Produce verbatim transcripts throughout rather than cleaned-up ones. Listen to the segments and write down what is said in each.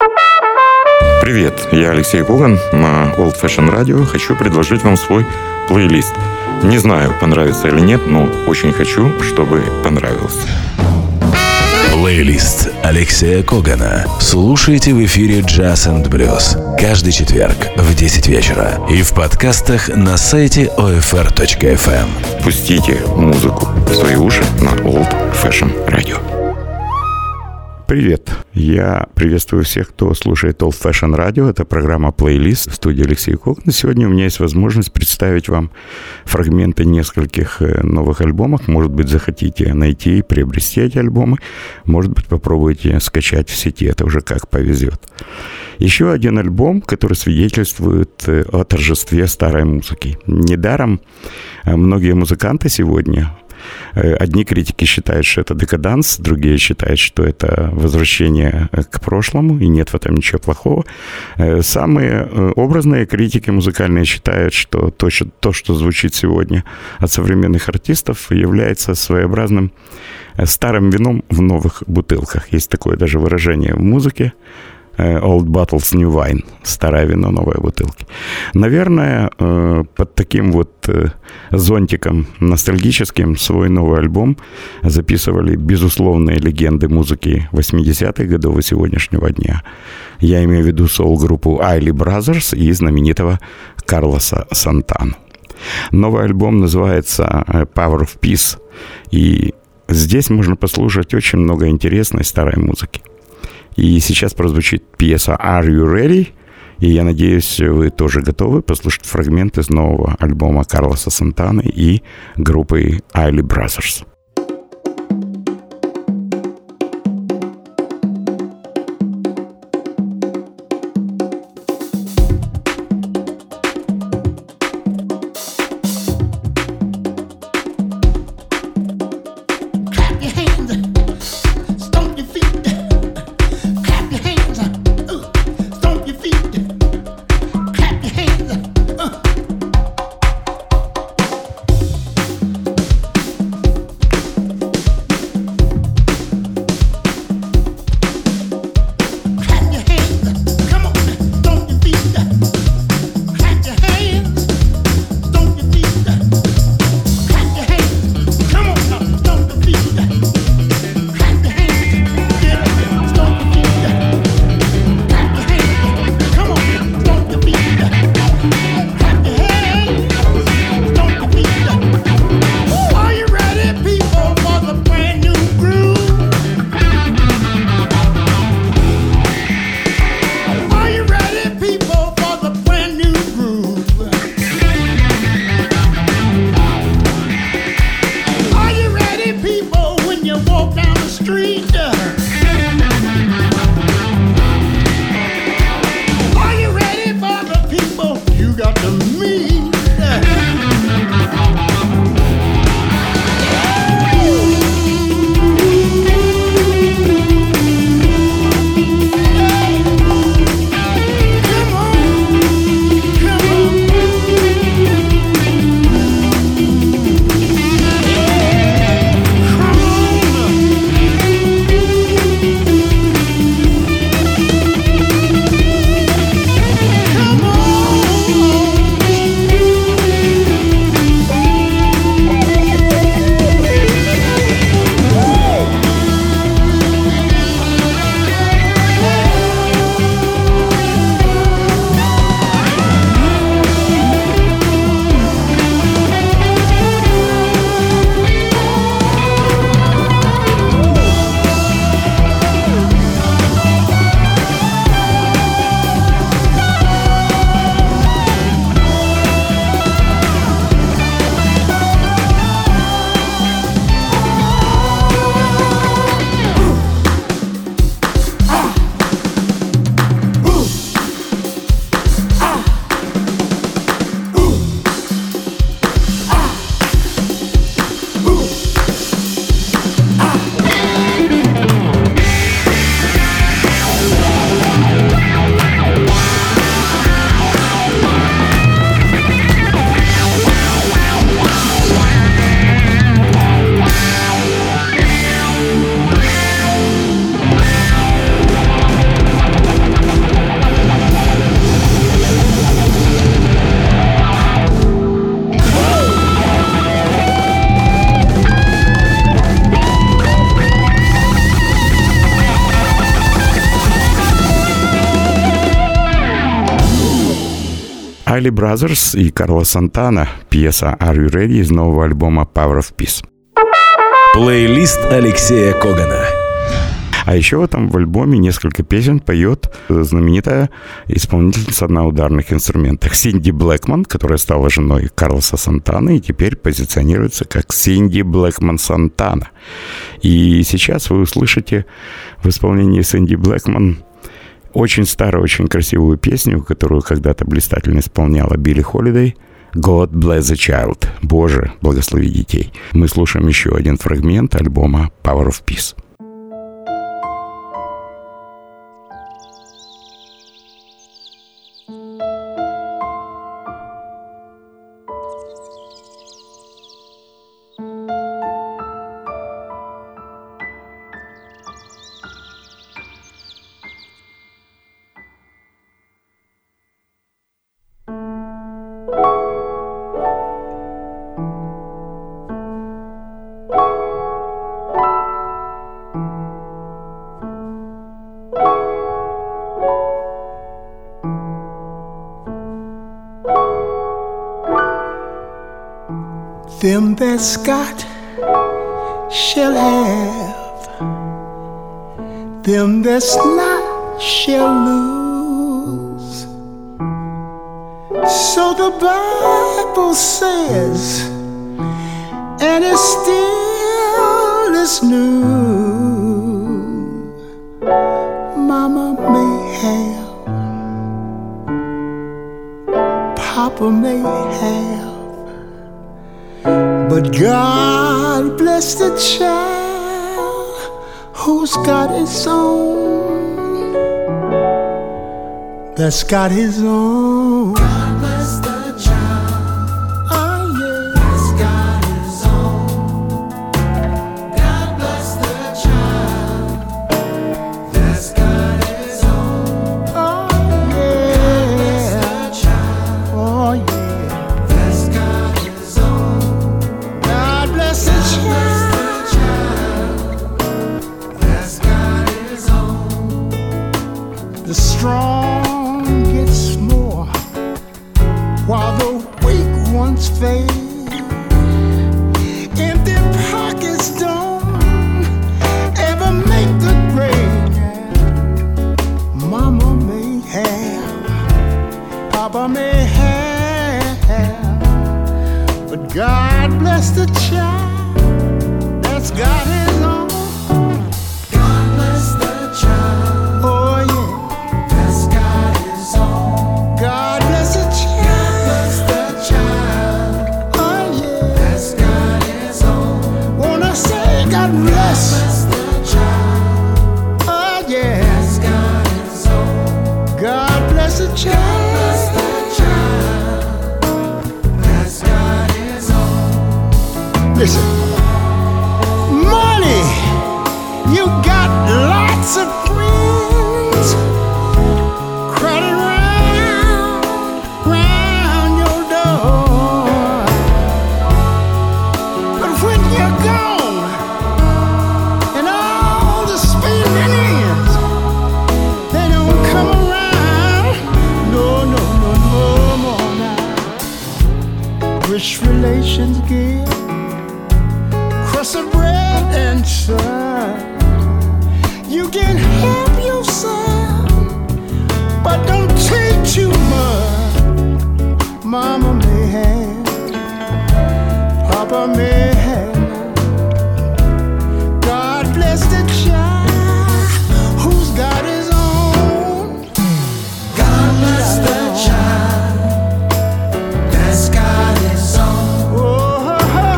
Привет, я Алексей Коган на Old Fashion Radio. Хочу предложить вам свой плейлист. Не знаю, понравится или нет, но очень хочу, чтобы понравился. Плейлист Алексея Когана. Слушайте в эфире Jazz энд Blues каждый четверг в десять вечера и в подкастах на сайте о эф эр точка эф эм. Пустите музыку в свои уши на Old Fashion Radio. Привет! Я приветствую всех, кто слушает Old Fashion Radio. Это программа «Плейлист» в студии Алексея Когана. Сегодня у меня есть возможность представить вам фрагменты нескольких новых альбомов. Может быть, захотите найти и приобрести эти альбомы. Может быть, попробуйте скачать в сети. Это уже как повезет. Еще один альбом, который свидетельствует о торжестве старой музыки. Недаром многие музыканты сегодня... Одни критики считают, что это декаданс, другие считают, что это возвращение к прошлому, и нет в этом ничего плохого. Самые образные критики музыкальные считают, что то, что, то, что звучит сегодня от современных артистов, является своеобразным старым вином в новых бутылках. Есть такое даже выражение в музыке. Old bottles, new wine. Старое вино, новые бутылки. Наверное, под таким вот зонтиком ностальгическим свой новый альбом записывали безусловные легенды музыки восьмидесятых годов и сегодняшнего дня. Я имею в виду соул-группу Айли Brothers и знаменитого Карлоса Сантану. Новый альбом называется Power of Peace. И здесь можно послушать очень много интересной старой музыки. И сейчас прозвучит пьеса «Are You Ready?» И я надеюсь, вы тоже готовы послушать фрагмент из нового альбома Карлоса Сантаны и группы Айли Brothers. Айли Brothers и Карлос Сантана, пьеса «Are You Ready» из нового альбома «Power of Peace». Плейлист Алексея Когана. А еще в этом в альбоме несколько песен поет знаменитая исполнительница на ударных инструментах Синди Блэкман, которая стала женой Карлоса Сантаны и теперь позиционируется как Синди Блэкман Сантана. И сейчас вы услышите в исполнении Синди Блэкман очень старую, очень красивую песню, которую когда-то блистательно исполняла Билли Холидей, «God bless the child». «Боже, благослови детей». Мы слушаем еще один фрагмент альбома «Power of Peace». Them that's got shall have, them that's not shall lose. So the Bible says, and it still is new. Mama may have, Papa may have, but God bless the child who's got his own, that's got his own. God bless the child, oh yeah, that's got his own. God bless the child, that's got his own. Oh yeah, God bless the child, oh yeah. Bless the child that's got his own. The strong gets more while the weak ones fade. Empty pockets don't ever make the grade. Mama may have, Papa may have, but God bless the child that's got his own. God bless the child, oh yeah, that's got his own. God bless the child, God bless the child, oh yeah, that's got his own. Wanna say God bless, God bless the child, oh yeah, that's got his own. God bless the child. Listen, money, you got lots of friends crowding round, round your door. But when you're gone and all the spending ends, they don't come around. No, no, no, no more now. Rich relations give of bread and sun. You can help yourself, but don't take too much. Mama may have, Papa may have. God bless the child who's got his own. God bless the child that's got his own. Oh,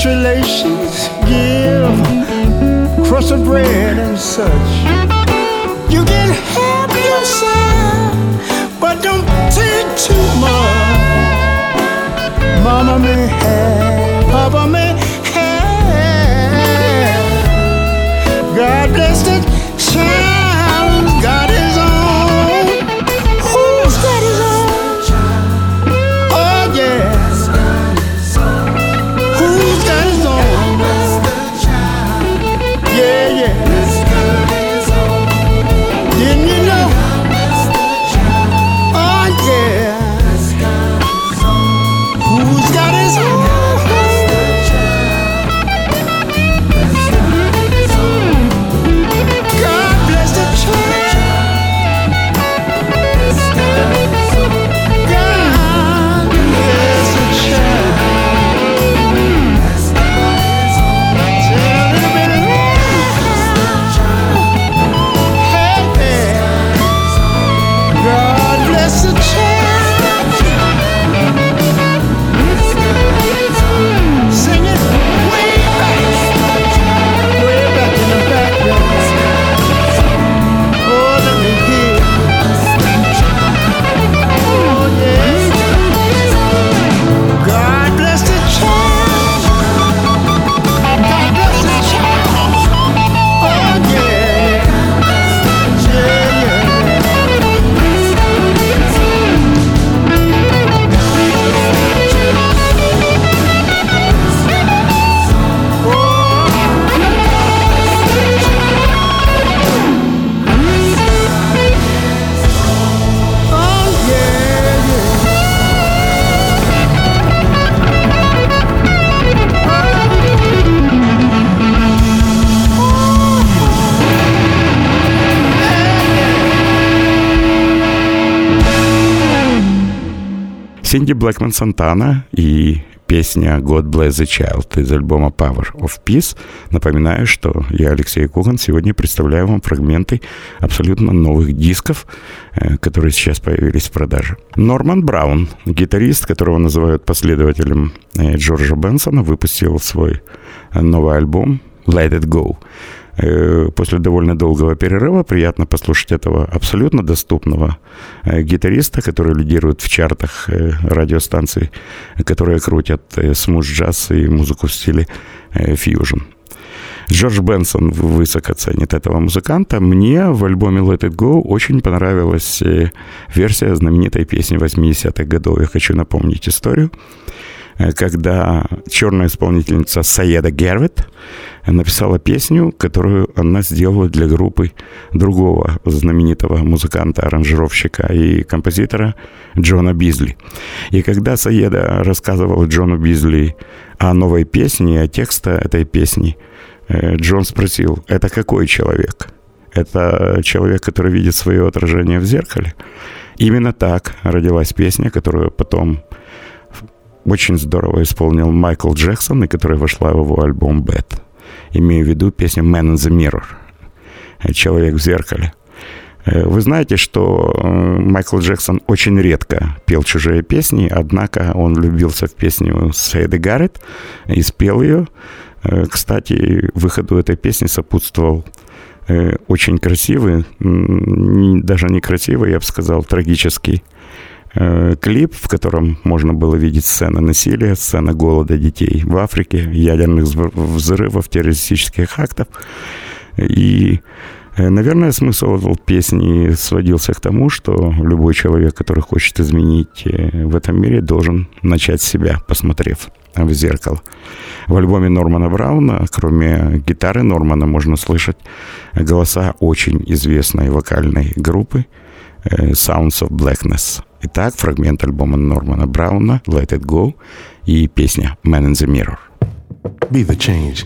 rich relations give crust of bread and such. You can help yourself, but don't take too much. Mama may have, Papa may have. God bless the child who's got his own. Who's got his own? Oh yeah. Who's got his own? Yeah, yeah. Didn't you know? Oh yeah. Who's got his own? God bless the child. God bless the child. Say a little bit of hey, hey. God bless the child. Sing it way back, way back in the backyard. Oh, let me hear. Oh, yeah. God bless the child. God bless the child. Oh, yeah. Yeah, yeah. Oh, yeah, Синди Блэкман Сантана и песня «God Bless the Child» из альбома Power of Peace. Напоминаю, что я, Алексей Коган, сегодня представляю вам фрагменты абсолютно новых дисков, которые сейчас появились в продаже. Норман Браун, гитарист, которого называют последователем Джорджа Бенсона, выпустил свой новый альбом «Let It Go». После довольно долгого перерыва приятно послушать этого абсолютно доступного гитариста, который лидирует в чартах радиостанций, которые крутят смуз-джаз и музыку в стиле фьюжн. Джордж Бенсон высоко ценит этого музыканта. Мне в альбоме Let It Go очень понравилась версия знаменитой песни восьмидесятых годов. Я хочу напомнить историю, когда черная исполнительница Саеда Гарвет написала песню, которую она сделала для группы другого знаменитого музыканта, аранжировщика и композитора Джона Бизли. И когда Саеда рассказывала Джону Бизли о новой песне, о тексте этой песни, Джон спросил: «Это какой человек?» «Это человек, который видит свое отражение в зеркале». Именно так родилась песня, которую потом очень здорово исполнил Майкл Джексон, и которая вошла в его альбом «Bad». Имею в виду песню «Man in the Mirror» — «Человек в зеркале». Вы знаете, что Майкл Джексон очень редко пел чужие песни, однако он влюбился в песню Саеды Гаррет и спел ее. Кстати, выходу этой песни сопутствовал очень красивый, даже не красивый, я бы сказал, трагический клип, в котором можно было видеть сцены насилия, сцены голода детей в Африке, ядерных взрывов, террористических актов. И, наверное, смысл этой песни сводился к тому, что любой человек, который хочет изменить в этом мире, должен начать с себя, посмотрев в зеркало. В альбоме Нормана Брауна, кроме гитары Нормана, можно слышать голоса очень известной вокальной группы Sounds of Blackness. Итак, фрагмент альбома Нормана Брауна «Let It Go» и песня «Man in the Mirror». Be the change.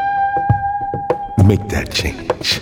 Make that change.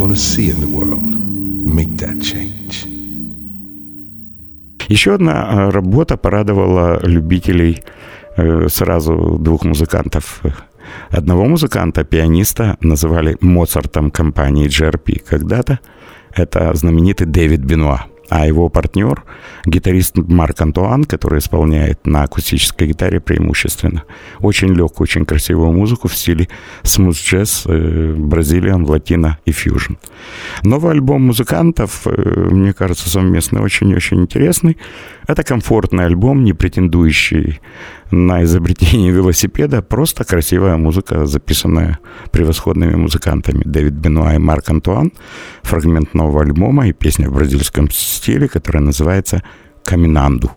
want to see in the world. Make that change. Еще одна работа порадовала любителей сразу двух музыкантов. Одного музыканта, пианиста, называли Моцартом компании джи ар пи когда-то. Это знаменитый Дэвид Бенуа. А его партнер, гитарист Марк Антуан, который исполняет на акустической гитаре преимущественно очень легкую, очень красивую музыку в стиле смус-джаз, бразилиан, латино и фьюжн. Новый альбом музыкантов, мне кажется, совместно очень-очень интересный. Это комфортный альбом, не претендующий на изобретение велосипеда, просто красивая музыка, записанная превосходными музыкантами. Дэвид Бенуа и Марк Антуан, фрагмент нового альбома и песня в бразильском стиле, которая называется «Каминанду».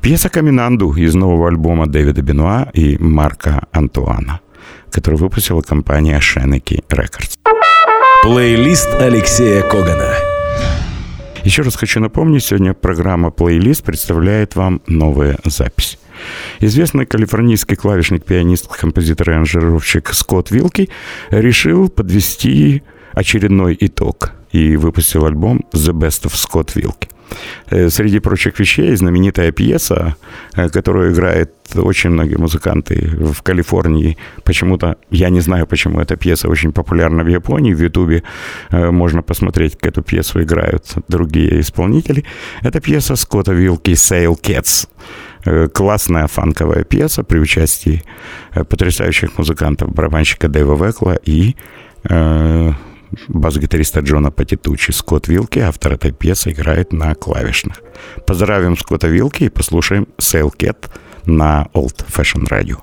Пьеса «Каминанду» из нового альбома Дэвида Бенуа и Марка Антуана, который выпустила компания Шенеки Рекордс. Плейлист Алексея Когана. Еще раз хочу напомнить, сегодня программа «Плейлист» представляет вам новую запись. Известный калифорнийский клавишник, пианист, композитор и аранжировщик Скотт Вилки решил подвести очередной итог и выпустил альбом «The Best of Scott Wilkie». Среди прочих вещей знаменитая пьеса, которую играют очень многие музыканты в Калифорнии. Почему-то, я не знаю, почему эта пьеса очень популярна в Японии. В Ютубе можно посмотреть, как эту пьесу играют другие исполнители. Это пьеса Скотта Вилки «Sail Cats». Классная фанковая пьеса при участии потрясающих музыкантов, барабанщика Дэйва Векла и э, бас-гитариста Джона Патитучи. Скотт Вилки, автор этой пьесы, играет на клавишных. Поздравим Скотта Вилки и послушаем «Sail Cat» на Old Fashion Radio.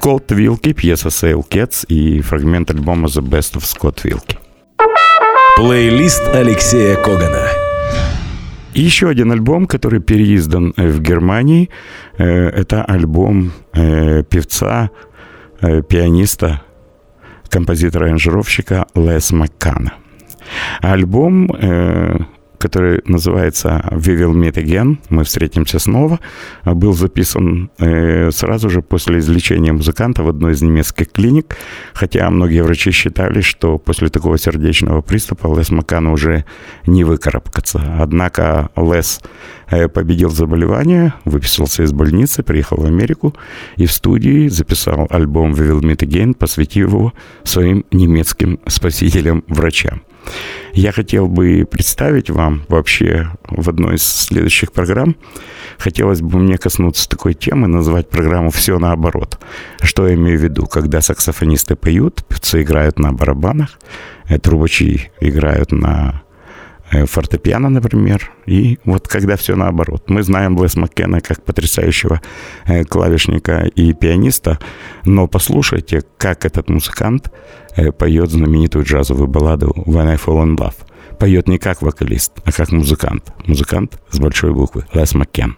Скотт Вилки, пьеса Sail Cats и фрагмент альбома The Best of Scott Wilkie. Плейлист Алексея Когана. И еще один альбом, который переиздан в Германии, это альбом певца, пианиста, композитора-аранжировщика Лес Маккана. Альбом, который называется «We will meet again», «Мы встретимся снова», был записан э, сразу же после излечения музыканта в одной из немецких клиник, хотя многие врачи считали, что после такого сердечного приступа Лес Маккану уже не выкарабкаться. Однако Лес э, победил заболевание, выписался из больницы, приехал в Америку и в студии записал альбом «We will meet again», посвятив его своим немецким спасителям-врачам. Я хотел бы представить вам вообще в одной из следующих программ, хотелось бы мне коснуться такой темы, назвать программу «Все наоборот». Что я имею в виду? Когда саксофонисты поют, певцы играют на барабанах, трубачи играют на фортепиано, например, и вот когда все наоборот. Мы знаем Лес Маккена как потрясающего клавишника и пианиста, но послушайте, как этот музыкант поет знаменитую джазовую балладу «When I Fall in Love». Поет не как вокалист, а как музыкант. Музыкант с большой буквы. Лес Маккен.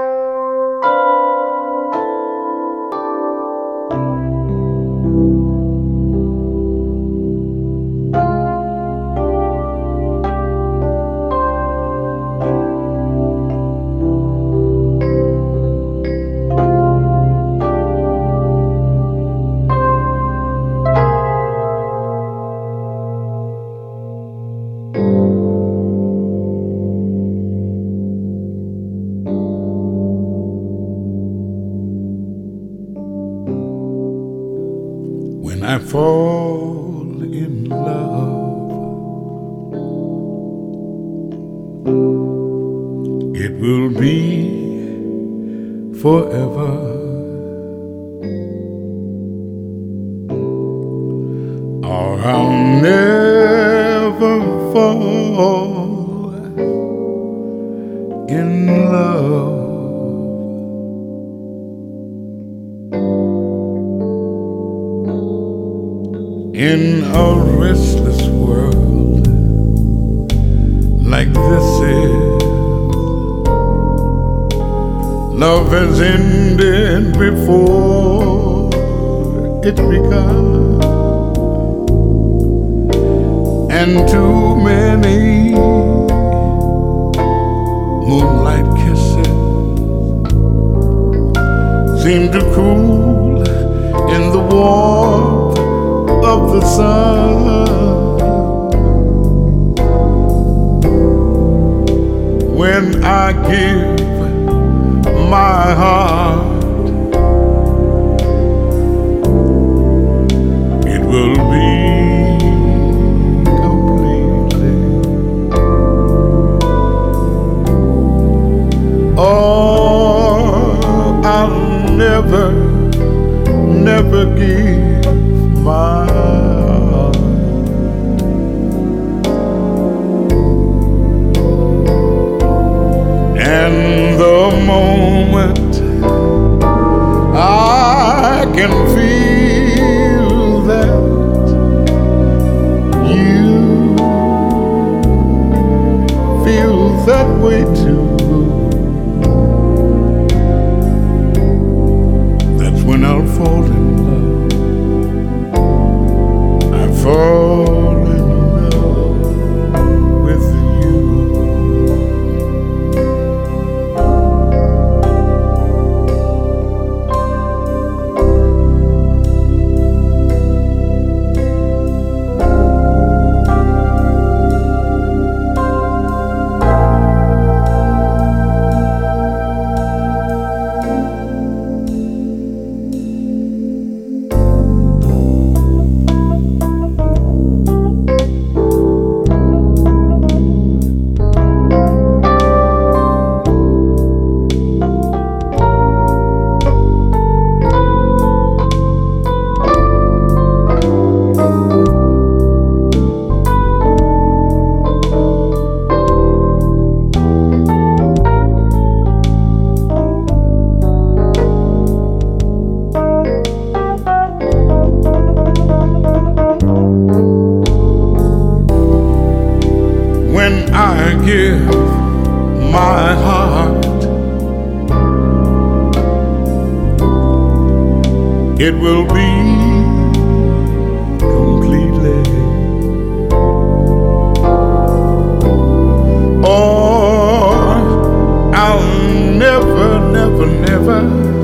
I fall in love, it will be forever. Or I'll never fall in love. In a restless world like this is, love has ended before it began, and too many moonlight kisses seem to cool in the warmth of the sun. When I give my heart, it will be completely. Oh, I'll never, never give my heart. And the moment I can feel that you feel that way too, that's when I'll fall in love. Fall in love with you. it will be completely. Or I'll never, never, never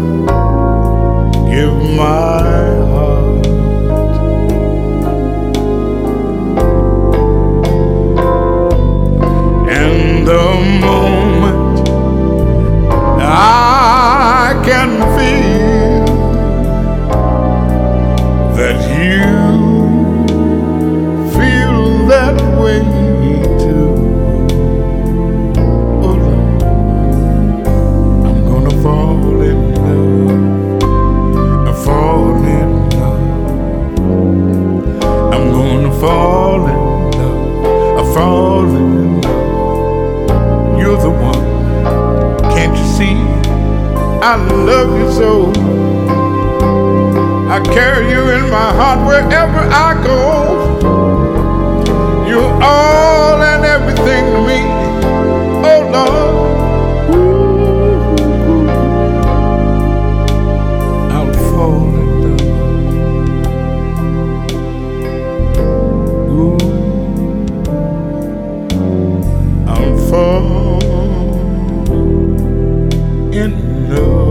give my heart. And the moment I can feel that you feel that way too, oh Lord, I'm gonna fall in love, fall in love. I'm gonna fall in love, fall in love. You're the one, can't you see? I love you so. I carry you in my heart wherever I go. You're all and everything to me, oh Lord. Ooh, I'll fall in love. Ooh, I'll fall in love.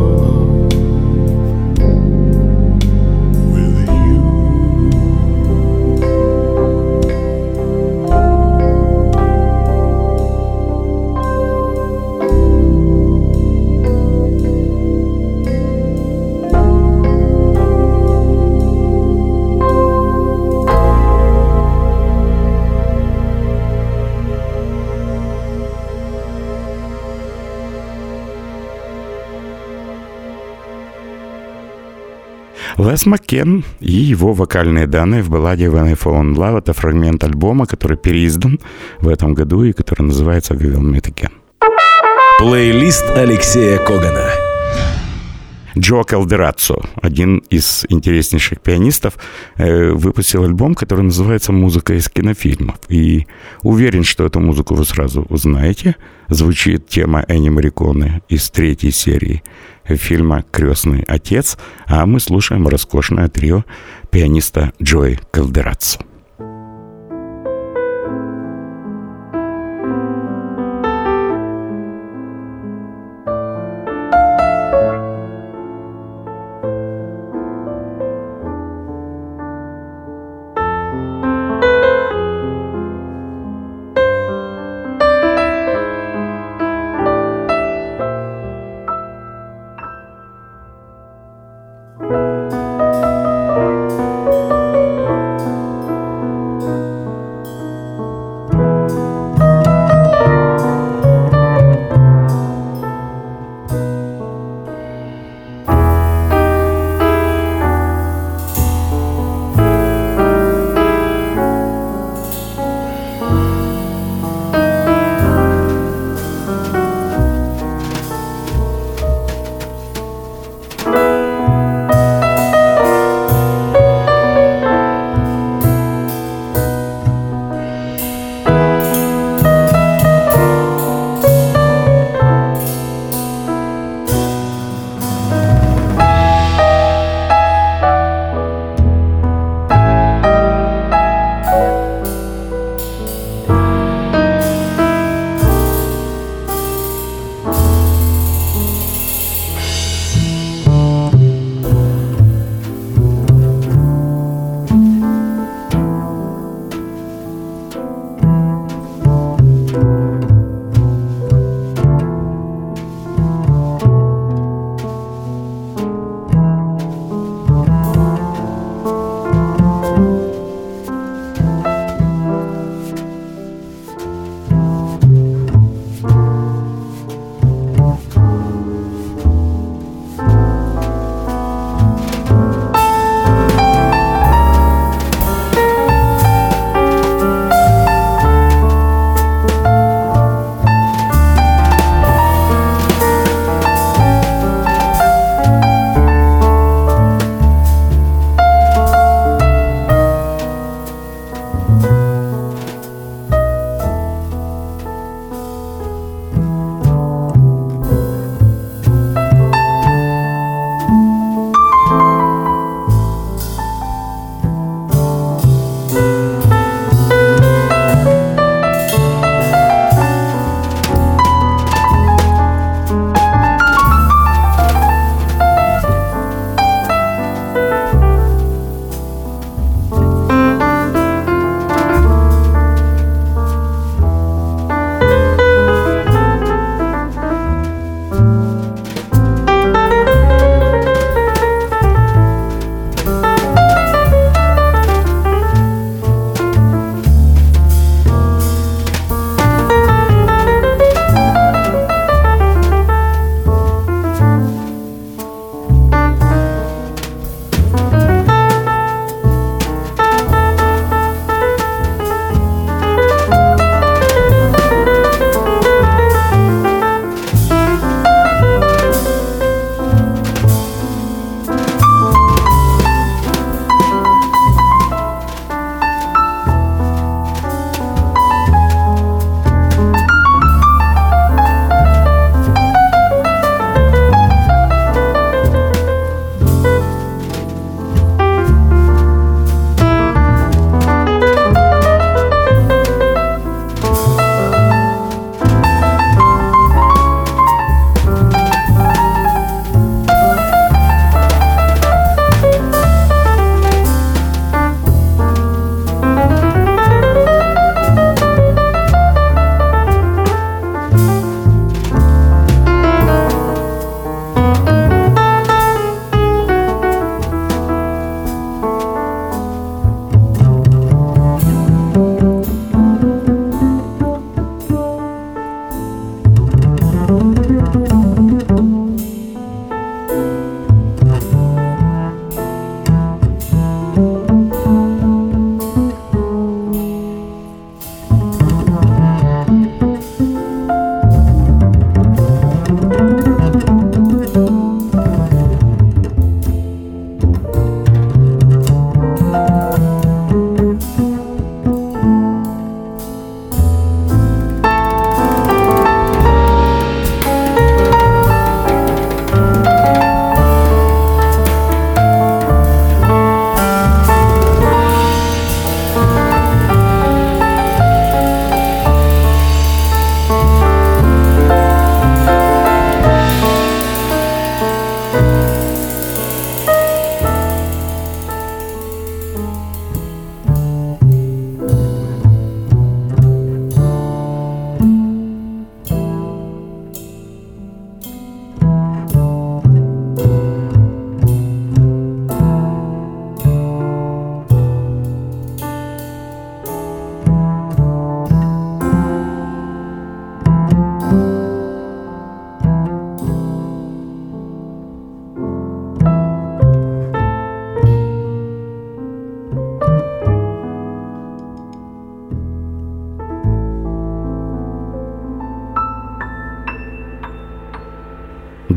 Лес Маккен и его вокальные данные в балладе «When I Fall in Love» — это фрагмент альбома, который переиздан в этом году и который называется «We Will Meet Again». Плейлист Алексея Когана. Джо Калдераццо, один из интереснейших пианистов, выпустил альбом, который называется «Музыка из кинофильмов». И уверен, что эту музыку вы сразу узнаете. Звучит тема Энни Морриконе из третьей серии фильма «Крестный отец», а мы слушаем роскошное трио пианиста Джо Калдераццо.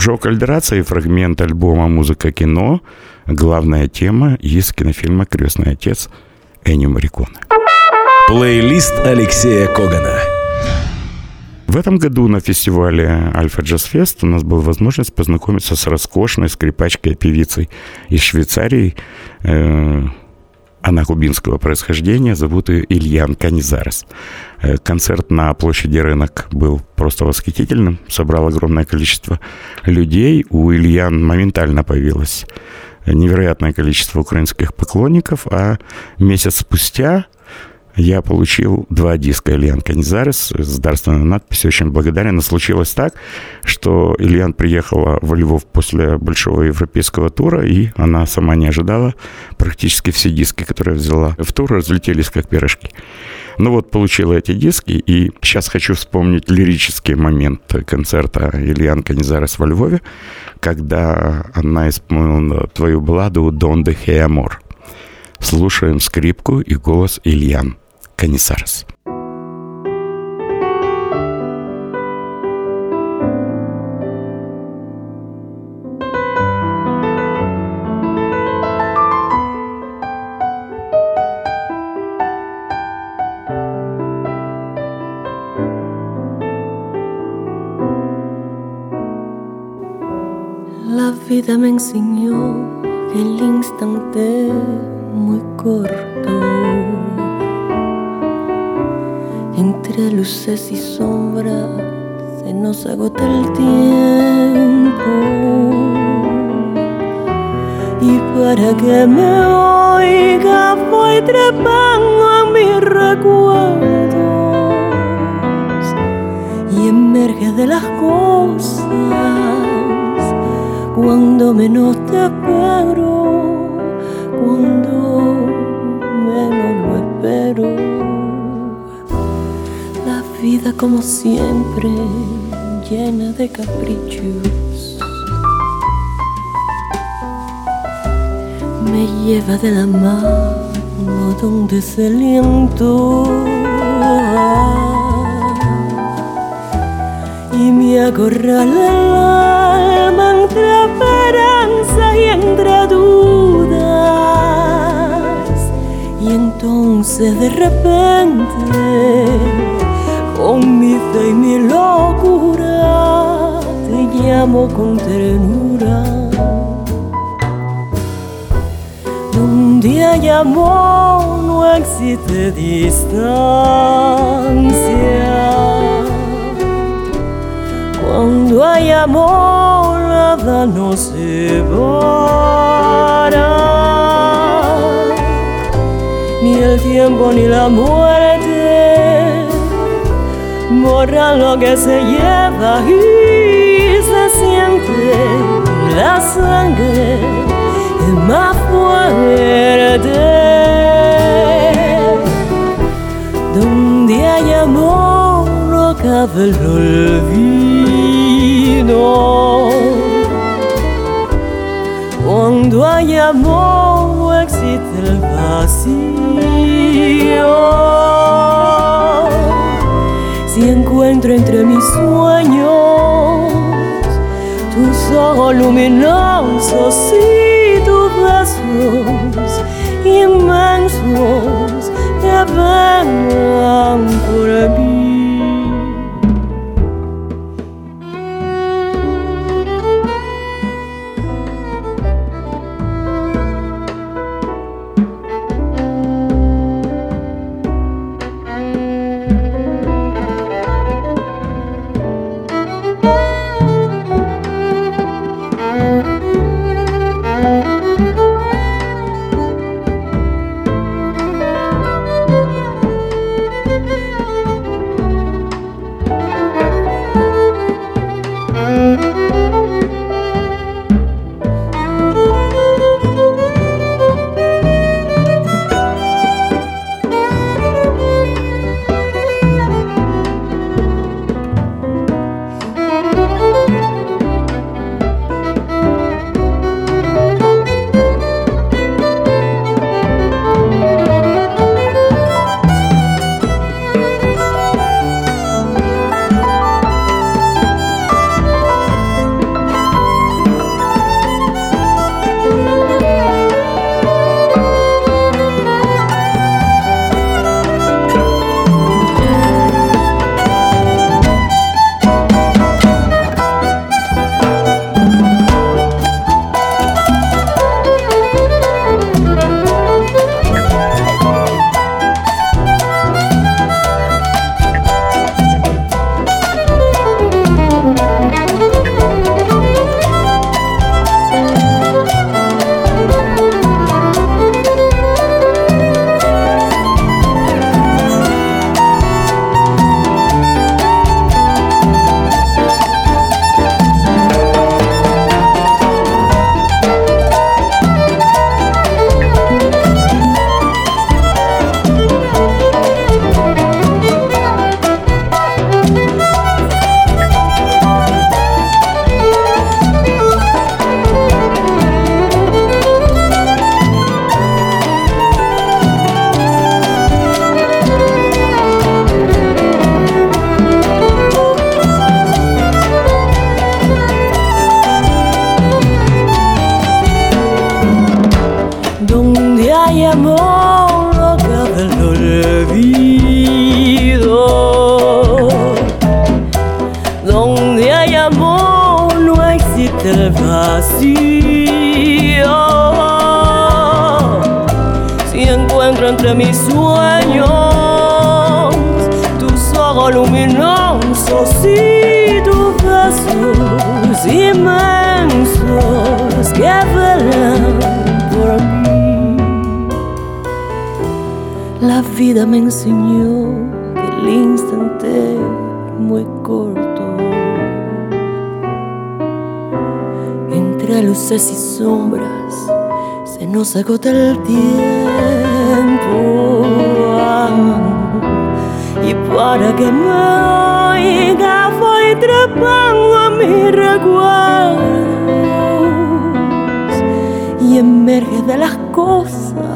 Джо Кальдерацци и фрагмент альбома «Музыка кино». Главная тема из кинофильма «Крестный отец» Эннио Морриконе. Плейлист Алексея Когана. В этом году на фестивале Альфа Джаз Фест у нас была возможность познакомиться с роскошной скрипачкой и певицей из Швейцарии. Э, она кубинского происхождения, зовут ее Ильян Канизарес. Э, концерт на площади Рынок был просто восхитительным, собрал огромное количество людей. У Ильян моментально появилось невероятное количество украинских поклонников, а месяц спустя я получил два диска Ильян Канизарес с дарственной надписью. Очень благодарен. Но случилось так, что Ильян приехала во Львов после большого европейского тура, и она сама не ожидала. Практически все диски, которые взяла в тур, разлетелись как пирожки. Ну вот, получила эти диски, и сейчас хочу вспомнить лирический момент концерта Ильян Канизарес во Львове, когда она исполнила твою балладу «Donde hay amor». Слушаем скрипку и голос Ильян Канизарес. La vida me enseñó que el instante muy corto, entre luces y sombras se nos agota el tiempo, y para que me oiga voy trepando a mis recuerdos y emerge de las cosas cuando menos te espero, cuando menos lo espero. La vida como siempre llena de caprichos, me lleva de la mano donde se aliento y me acorrala el alma entre esperanza y entre dudas, y entonces de repente con mi fe y mi locura te llamo con ternura. Donde hay amor no existe distancia, cuando hay amor nada nos separa, ni el tiempo ni la muerte borran lo que se lleva y se siente la sangre es más fuerte. Donde hay amor no cabe el olvido, cuando hay amor no existe el vacío. Si encuentro entre mis sueños tus ojos luminosos y tus besos inmensos que vengan por mí. atrevido. Donde hay amor no existe el vacío. Si encuentro entre mis sueños tus ojos luminosos y tus besos inmensos que velan por mí. La vida me enseñó que el instante es muy corto. Entre luces y sombras se nos agota el tiempo. Y para que me oiga voy trepando a mis recuerdos y emerge de las cosas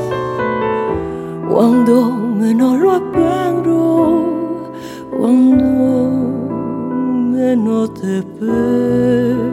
cuando menos lo espero, cuando menos te espero.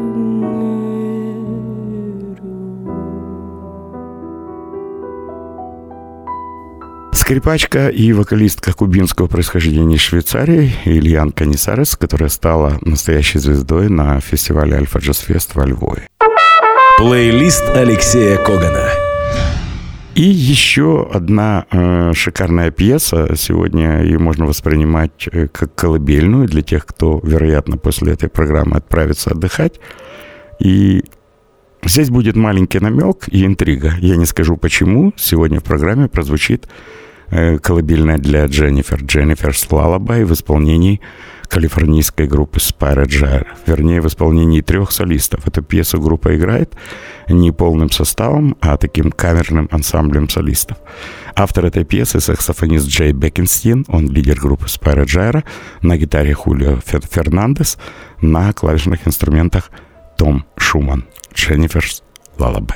Скрипачка и вокалистка кубинского происхождения из Швейцарии Ильян Канисарес, которая стала настоящей звездой на фестивале Альфа Джаз Фест во Львове. Плейлист Алексея Когана. И еще одна э, шикарная пьеса. Сегодня ее можно воспринимать э, как колыбельную для тех, кто, вероятно, после этой программы отправится отдыхать. И здесь будет маленький намек и интрига. Я не скажу почему. Сегодня в программе прозвучит э, колыбельная для Дженнифер. Jennifer's Lullaby в исполнении калифорнийской группы Spirit Gyre. Вернее, в исполнении трех солистов. Эту пьесу группа играет не полным составом, а таким камерным ансамблем солистов. Автор этой пьесы — саксофонист Джей Бекенстин, он лидер группы Spirit Gyre, на гитаре Хулио Фернандес, на клавишных инструментах Том Шуман. Jennifer's Lullaby.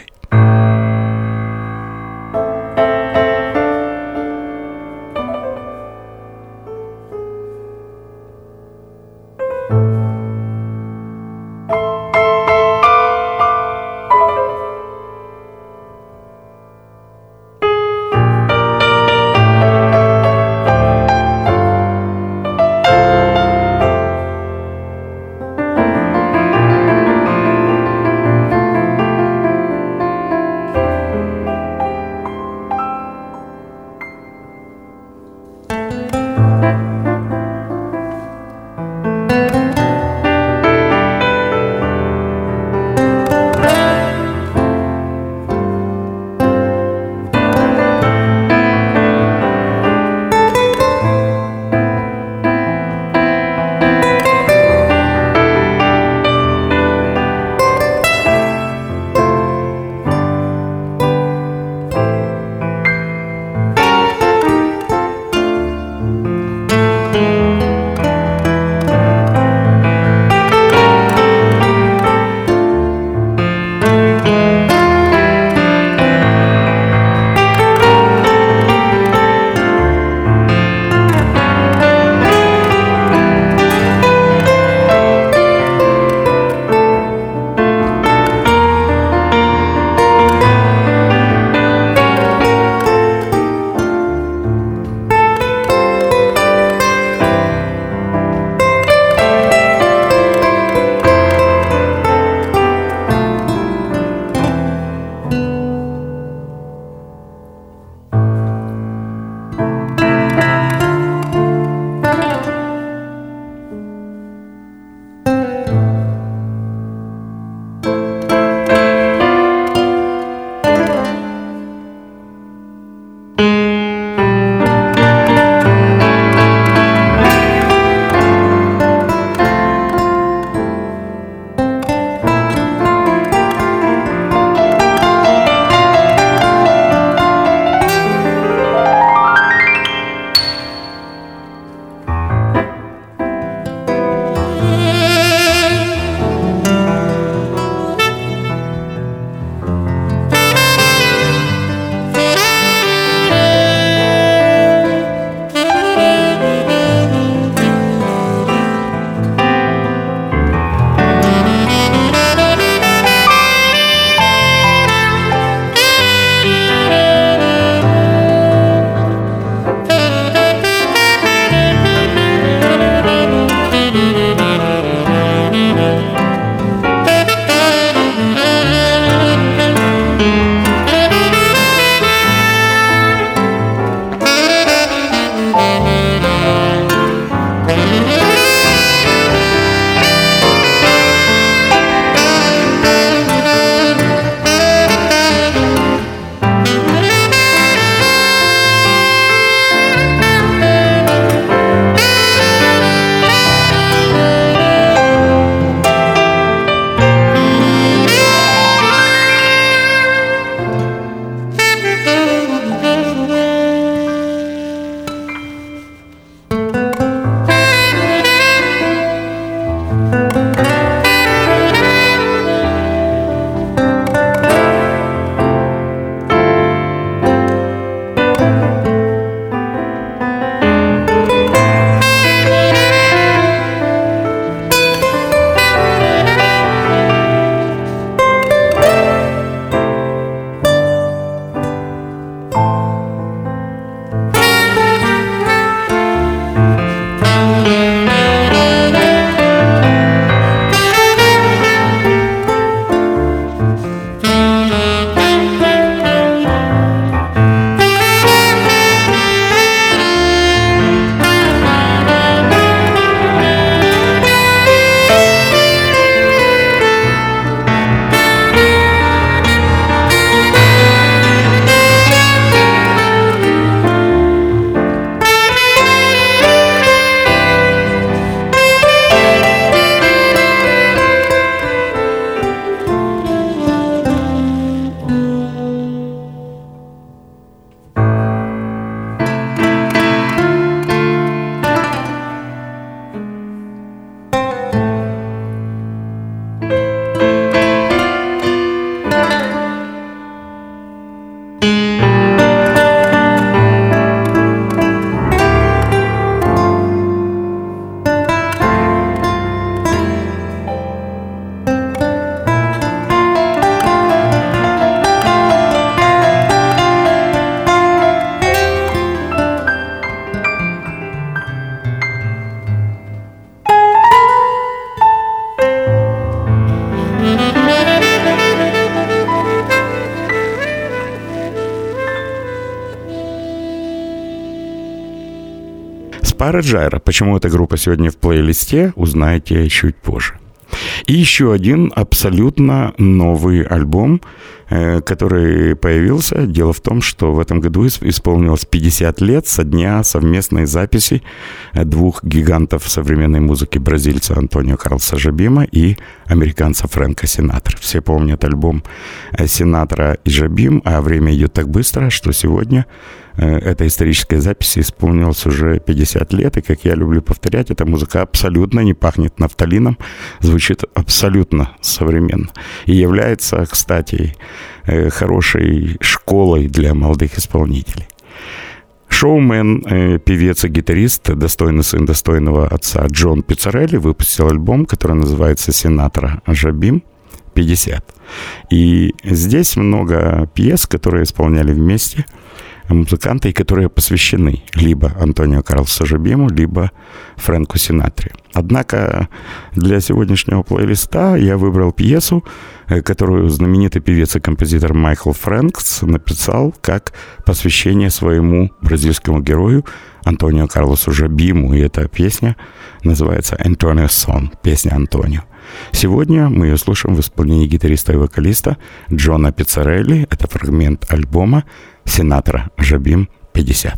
Spyro Gyra. Почему эта группа сегодня в плейлисте, узнаете чуть позже. И еще один абсолютно новый альбом, который появился. Дело в том, что в этом году исполнилось пятьдесят лет со дня совместной записи двух гигантов современной музыки, бразильца Антонио Карлоса Жобима и американца Фрэнка Синатра. Все помнят альбом Синатра и Жобим, а время идет так быстро, что сегодня этой исторической записи исполнилось уже пятьдесят лет, и, как я люблю повторять, эта музыка абсолютно не пахнет нафталином, звучит абсолютно современно и является, кстати, хорошей школой для молодых исполнителей. Шоумен, певец и гитарист, достойный сын достойного отца Джон Пиццарелли выпустил альбом, который называется «Синатра Жобим пятьдесят». И здесь много пьес, которые исполняли вместе музыканты, которые посвящены либо Антонио Карлосу Жобиму, либо Фрэнку Синатре. Однако для сегодняшнего плейлиста я выбрал пьесу, которую знаменитый певец и композитор Майкл Фрэнкс написал как посвящение своему бразильскому герою Антонио Карлосу Жобиму. И эта песня называется «Antonio's Song», песня Антонио. Сегодня мы ее слушаем в исполнении гитариста и вокалиста Джона Пиццарелли. Это фрагмент альбома «Синатра Жобим пятьдесят».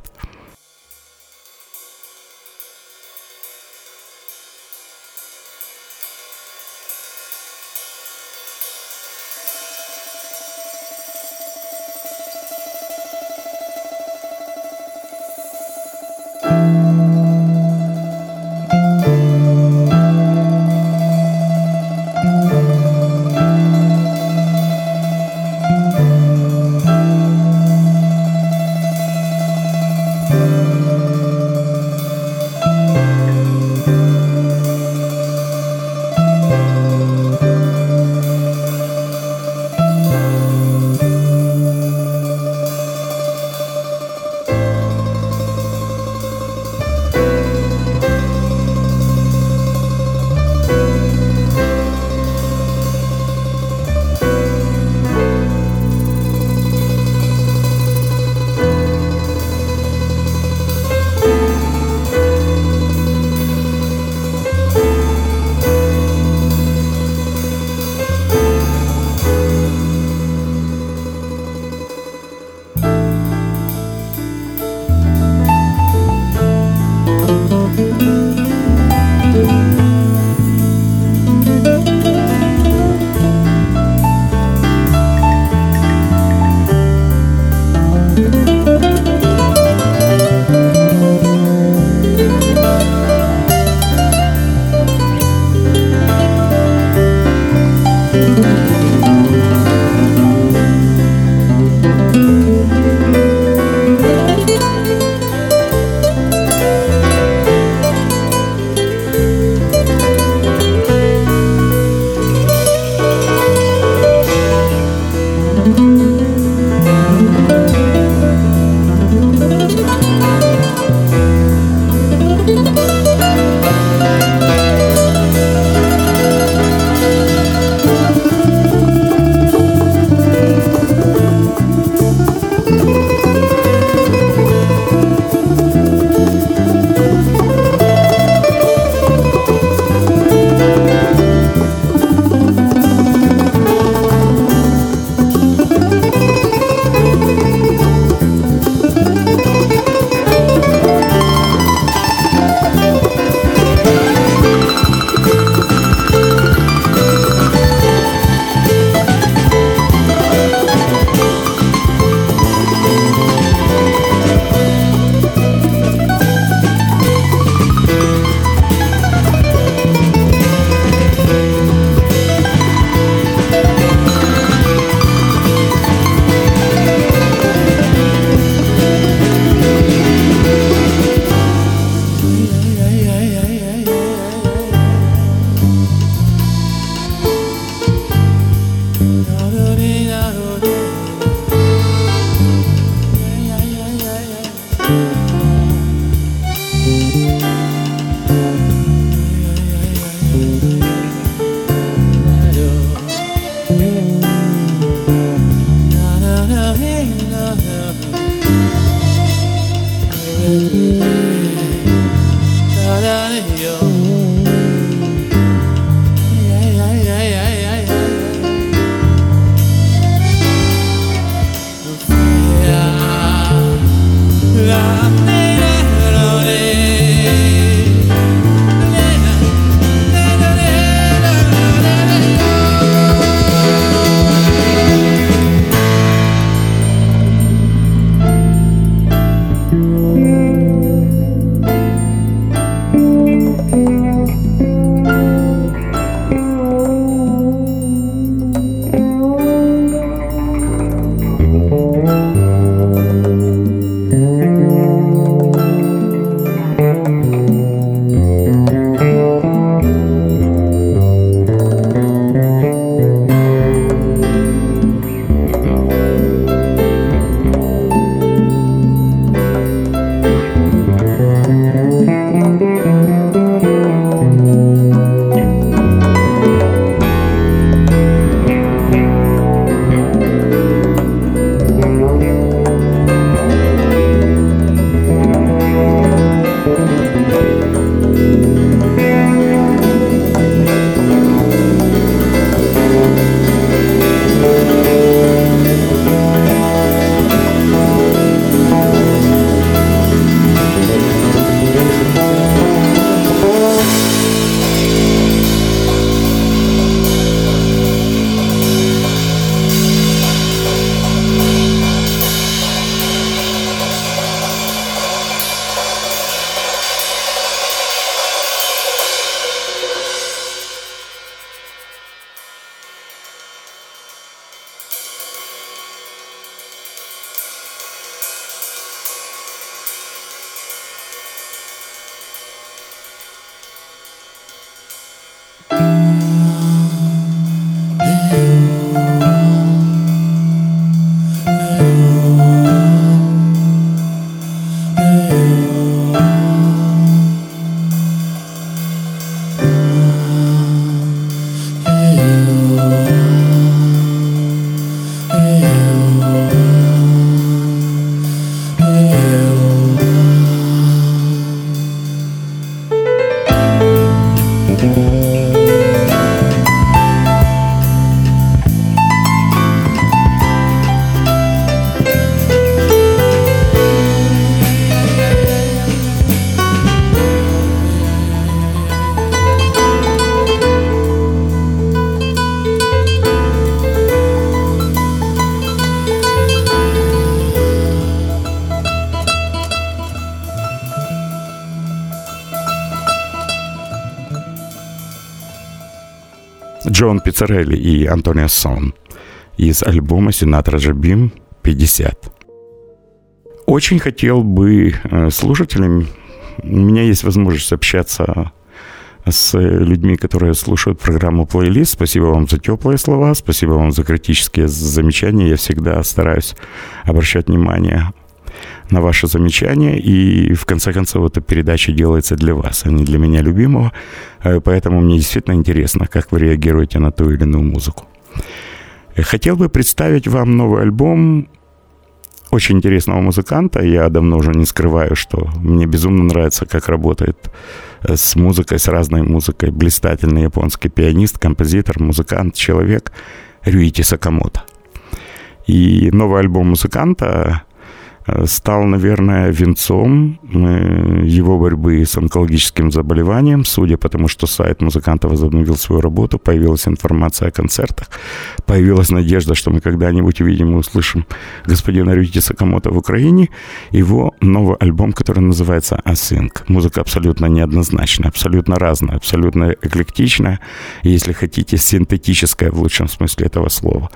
Джон Пиццарелли и Антонио Сон из альбома «Синатра Джабим пятьдесят». Очень хотел бы слушателям, у меня есть возможность общаться с людьми, которые слушают программу «Плейлист». Спасибо вам за теплые слова, спасибо вам за критические замечания. Я всегда стараюсь обращать внимание на ваши замечания, и в конце концов эта передача делается для вас, а не для меня любимого, поэтому мне действительно интересно, как вы реагируете на ту или иную музыку. Хотел бы представить вам новый альбом очень интересного музыканта. Я давно уже не скрываю, что мне безумно нравится, как работает с музыкой, с разной музыкой блистательный японский пианист, композитор, музыкант, человек Рюити Сакамото. И новый альбом музыканта стал, наверное, венцом его борьбы с онкологическим заболеванием. Судя по тому, что сайт музыканта возобновил свою работу, появилась информация о концертах, появилась надежда, что мы когда-нибудь увидим и услышим господина Рюити Сакамото в Украине. Его новый альбом, который называется «Async». Музыка абсолютно неоднозначная, абсолютно разная, абсолютно эклектичная, если хотите, синтетическая в лучшем смысле этого слова.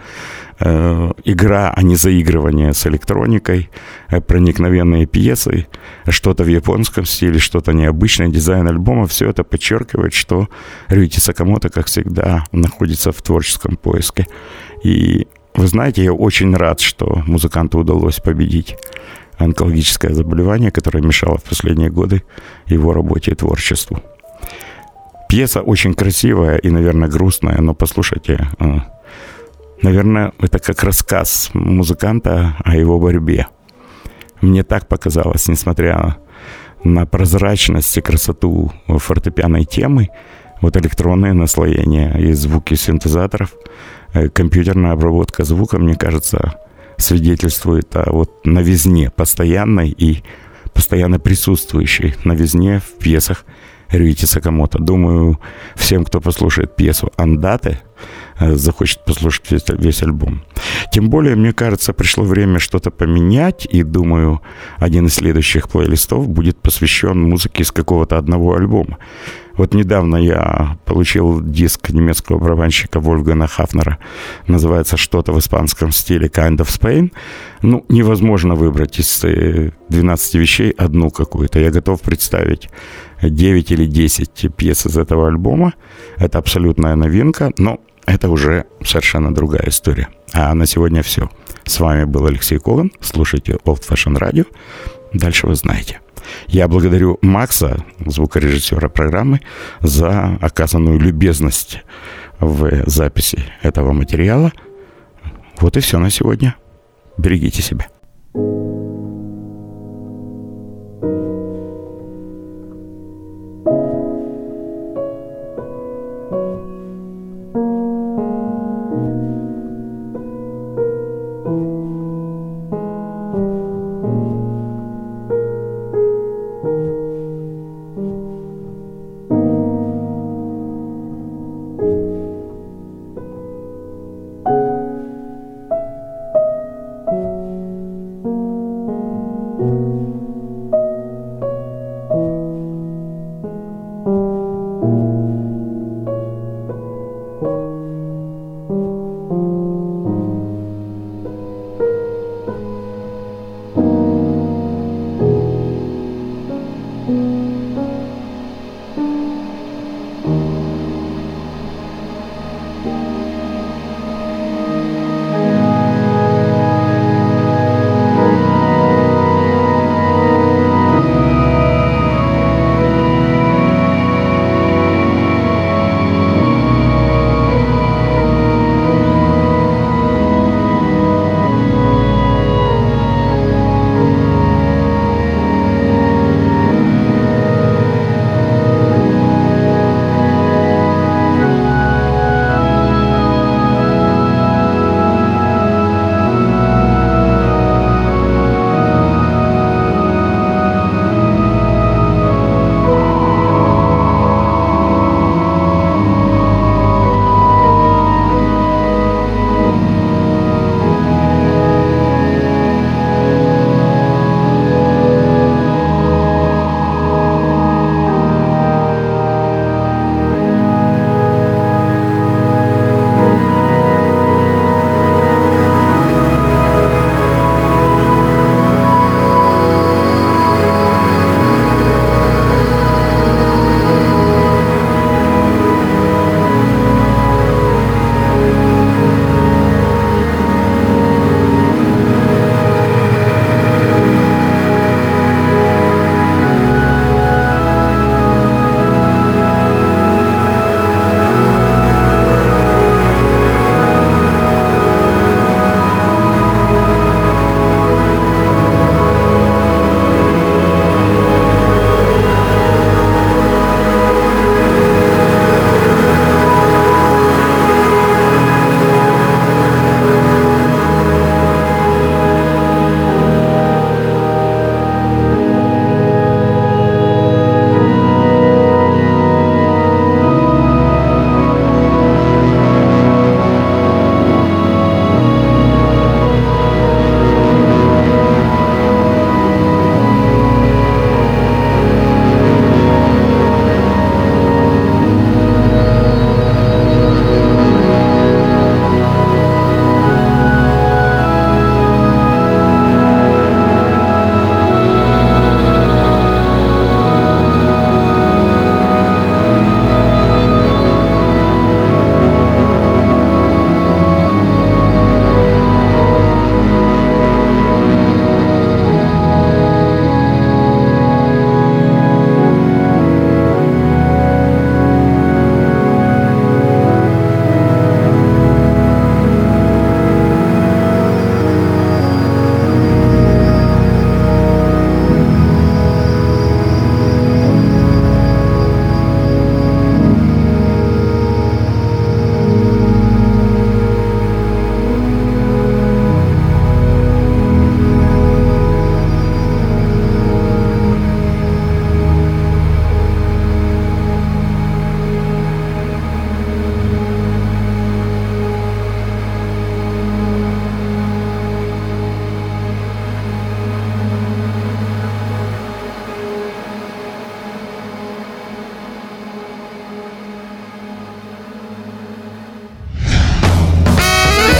Игра, а не заигрывание с электроникой, проникновенные пьесы, что-то в японском стиле, что-то необычное, дизайн альбома. Все это подчеркивает, что Рюити Сакамото, как всегда, находится в творческом поиске. И вы знаете, я очень рад, что музыканту удалось победить онкологическое заболевание, которое мешало в последние годы его работе и творчеству. Пьеса очень красивая и, наверное, грустная, но послушайте, наверное, это как рассказ музыканта о его борьбе. Мне так показалось, несмотря на прозрачность и красоту фортепианной темы, вот электронные наслоения и звуки синтезаторов, компьютерная обработка звука, мне кажется, свидетельствует о вот новизне постоянной и постоянно присутствующий новизне в пьесах Рюити Сакамото. Думаю, всем, кто послушает пьесу «Андате», захочет послушать весь, весь альбом. Тем более, мне кажется, пришло время что-то поменять, и, думаю, один из следующих плейлистов будет посвящен музыке из какого-то одного альбома. Вот недавно я получил диск немецкого барабанщика Вольфгана Хафнера, называется что-то в испанском стиле «Kind of Spain». Ну, невозможно выбрать из двенадцати вещей одну какую-то. Я готов представить девять или десять пьес из этого альбома. Это абсолютная новинка, но это уже совершенно другая история. А на сегодня все. С вами был Алексей Коган. Слушайте Old Fashion Radio. Дальше вы знаете. Я благодарю Макса, звукорежиссера программы, за оказанную любезность в записи этого материала. Вот и все на сегодня. Берегите себя.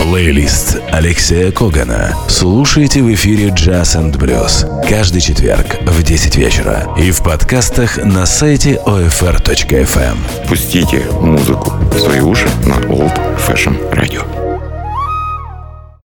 Плейлист Алексея Когана слушайте в эфире Jazz энд Blues каждый четверг в десять вечера и в подкастах на сайте о эф эр точка эф эм. Пустите музыку в свои уши на Old Fashion Radio.